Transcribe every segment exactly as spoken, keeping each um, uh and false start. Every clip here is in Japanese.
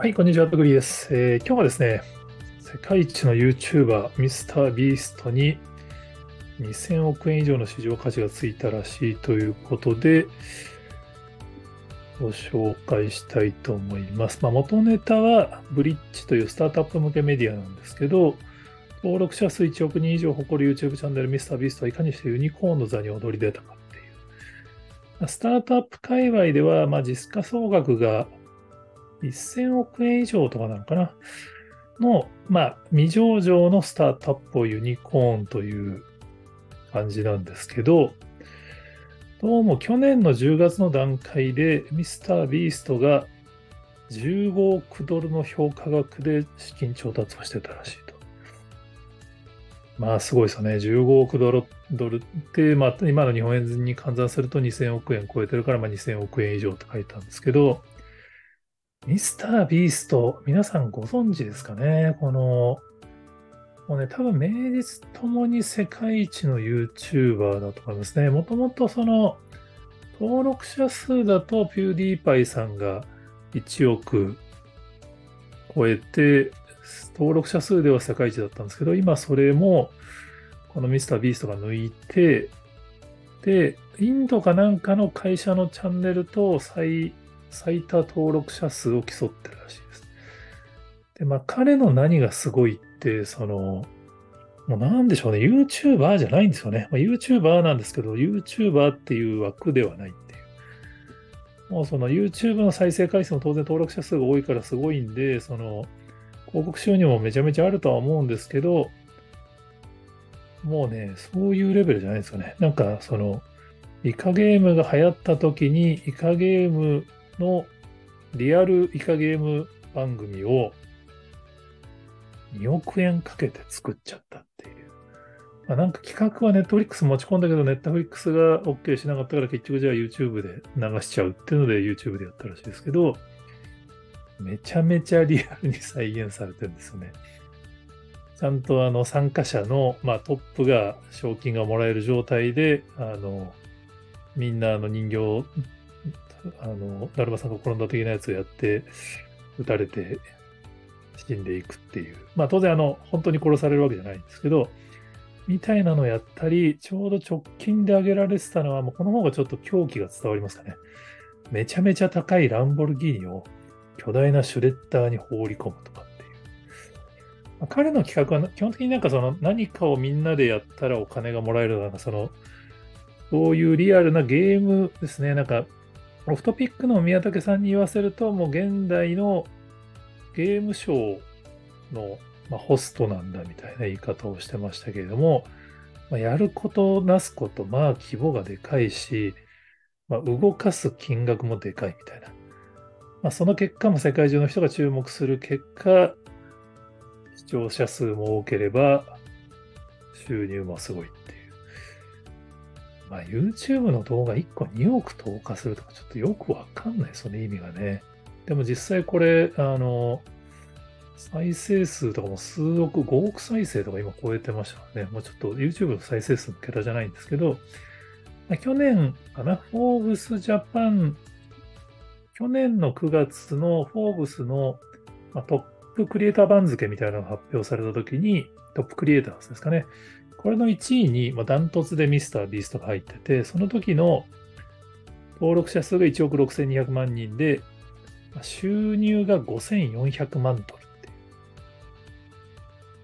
はい、こんにちは、トグリーです。えー今日はですね、世界一の YouTuber、ミスタービーストににせんおく円以上の市場価値がついたらしいということで、ご紹介したいと思います。まあ、元ネタはブリッジというスタートアップ向けメディアなんですけど、登録者数いちおく人以上を誇る YouTube チャンネルミスタービーストはいかにしてユニコーンの座に躍り出たかっていう。スタートアップ界隈では、まあ、実価総額がせんおく円以上とかなのかなの、まあ、未上場のスタートアップをユニコーンという感じなんですけど、どうも去年のじゅうがつの段階でミスタービーストがじゅうごおくドルの評価額で資金調達をしてたらしいと。まあすごいですよね。じゅうごおくドル、ドルって、まあ今の日本円に換算するとにせんおく円超えてるから、まあにせんおく円以上って書いたんですけど、ミスタービースト、皆さんご存知ですかね。このもうね、多分名実ともに世界一の YouTuber だと思いますね。もともとその登録者数だとピューディーパイさんがいちおく超えて、登録者数では世界一だったんですけど、今それもこのミスタービーストが抜いて、で、インドかなんかの会社のチャンネルと最、最多登録者数を競ってるらしいです。で、まあ彼の何がすごいって、その、もうなんでしょうね、YouTuber じゃないんですよね。まあ、YouTuber なんですけど、YouTuber っていう枠ではないっていう。もうその YouTube の再生回数も当然登録者数が多いからすごいんで、その広告収入もめちゃめちゃあるとは思うんですけど、もうね、そういうレベルじゃないですよね。なんかその、イカゲームが流行った時に、イカゲームのリアルイカゲーム番組をにおく円かけて作っちゃったっていう。まあ、なんか企画はネットフリックス持ち込んだけど、ネットフリックスが OK しなかったから結局じゃあ YouTube で流しちゃうっていうので YouTube でやったらしいですけど、めちゃめちゃリアルに再現されてるんですよね。ちゃんとあの参加者の、まあ、トップが賞金がもらえる状態で、あの、みんなあの人形、あの、だるまさんが転んだ的なやつをやって、撃たれて死んでいくっていう。まあ当然あの、本当に殺されるわけじゃないんですけど、みたいなのをやったり、ちょうど直近で挙げられてたのは、もうこの方がちょっと狂気が伝わりますかね。めちゃめちゃ高いランボルギーニを巨大なシュレッダーに放り込むとかっていう。まあ彼の企画は基本的になんかその何かをみんなでやったらお金がもらえるなんかその、そういうリアルなゲームですね。なんか、オフトピックの宮武さんに言わせると、もう現代のゲームショーの、まあ、ホストなんだみたいな言い方をしてましたけれども、まあ、やることなすこと、まあ規模がでかいし、まあ、動かす金額もでかいみたいな。まあ、その結果も世界中の人が注目する結果、視聴者数も多ければ収入もすごいっていう。まあ、YouTube の動画いっこにおく投下するとかちょっとよくわかんないですよね、意味がね。でも実際これ、あの、再生数とかも数億、ごおく再生とか今超えてましたね。もうちょっと YouTube の再生数の桁じゃないんですけど、まあ、去年かな、フォーブスジャパン、去年のくがつのフォーブスの、まあ、トップクリエイター番付みたいなのが発表されたときに、トップクリエイターズですかね。これのいちいに、まあ、ダントツでミスタービーストが入ってて、その時の登録者数がいちおくろくせんにひゃくまん人で、まあ収入がごせんよんひゃくまんドルっていう、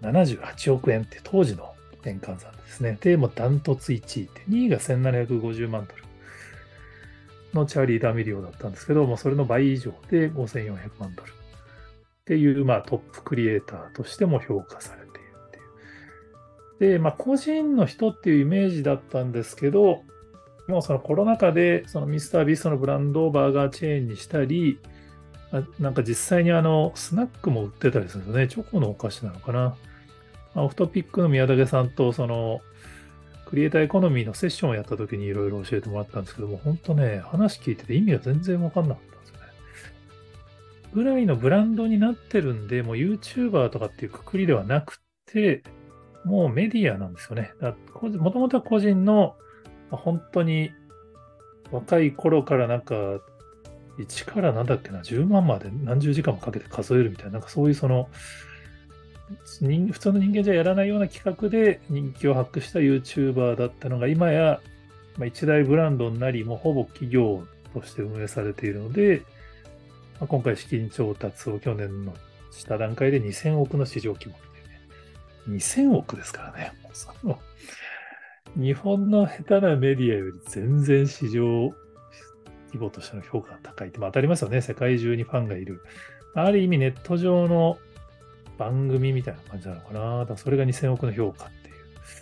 ななじゅうはちおく円って当時の円換算ですね。で、もうダントツいちいって、にいがせんななひゃくごじゅうまんドルのチャーリー・ダミリオだったんですけど、もうそれの倍以上でごせんよんひゃくまんドルっていう、まあ、トップクリエイターとしても評価されているっていう。で、まあ、個人の人っていうイメージだったんですけど、もうそのコロナ禍で、そのミスタービーストのブランドをバーガーチェーンにしたり、あなんか実際にあの、スナックも売ってたりするんですよね。チョコのお菓子なのかな。まあオフトピックの宮武さんと、その、クリエイターエコノミーのセッションをやった時にいろいろ教えてもらったんですけども、本当ね、話聞いてて意味が全然わかんなかったんですよね。ぐらいのブランドになってるんで、もう YouTuber とかっていうくくりではなくて、もうメディアなんですよね。もともとは個人の、まあ本当に若い頃からなんかいちからなんだっけな、じゅうまんまで何十時間もかけて数えるみたいな、なんかそういうその、人普通の人間じゃやらないような企画で人気を博した YouTuber だったのが、今や、まあ、一大ブランドになり、もうほぼ企業として運営されているので、まあ、今回資金調達を去年のした段階でにせんおくの市場規模っていうね。にせんおくですからね。その日本の下手なメディアより全然市場規模としての評価が高いって、まあ、当たりますよね。世界中にファンがいる。ある意味ネット上の番組みたいな感じなのかな。だからそれがにせんおくの評価っていう。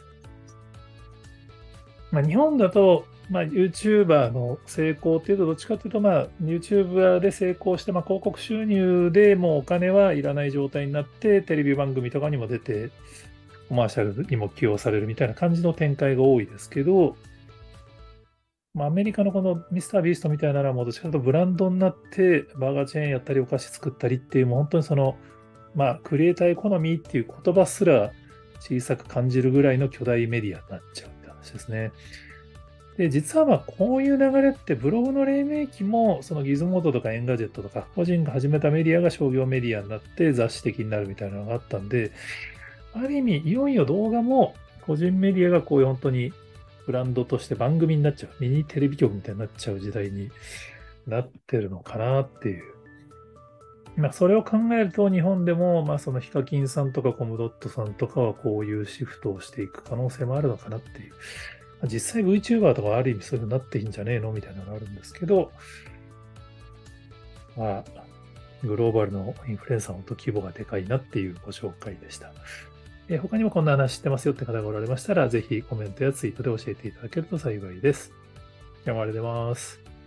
まあ、日本だと、まあ、YouTuber の成功っていうと、どっちかというと、まあ、YouTuber で成功して、まあ、広告収入でもうお金はいらない状態になって、テレビ番組とかにも出て、コマーシャルにも起用されるみたいな感じの展開が多いですけど、まあ、アメリカのこのミスタービーストみたいなのはもうどっちかというとブランドになって、バーガーチェーンやったり、お菓子作ったりっていう、もう本当にその、まあ、クリエイターエコノミーっていう言葉すら小さく感じるぐらいの巨大メディアになっちゃうって話ですね。で、実はまあこういう流れってブログの黎明期もそのギズモードとかエンガジェットとか個人が始めたメディアが商業メディアになって雑誌的になるみたいなのがあったんで、ある意味いよいよ動画も個人メディアがこういう本当にブランドとして番組になっちゃう、ミニテレビ局みたいになっちゃう時代になってるのかなっていう。まあ、それを考えると日本でもまあそのヒカキンさんとかコムドットさんとかはこういうシフトをしていく可能性もあるのかなっていう。実際 VTuber とかある意味そういうふうになっていいんじゃねえのみたいなのがあるんですけど、まあ、グローバルのインフルエンサーの規模がでかいなっていうご紹介でした。えー他にもこんな話知ってますよって方がおられましたら、ぜひコメントやツイートで教えていただけると幸いです。じゃあ、ありがとうございます。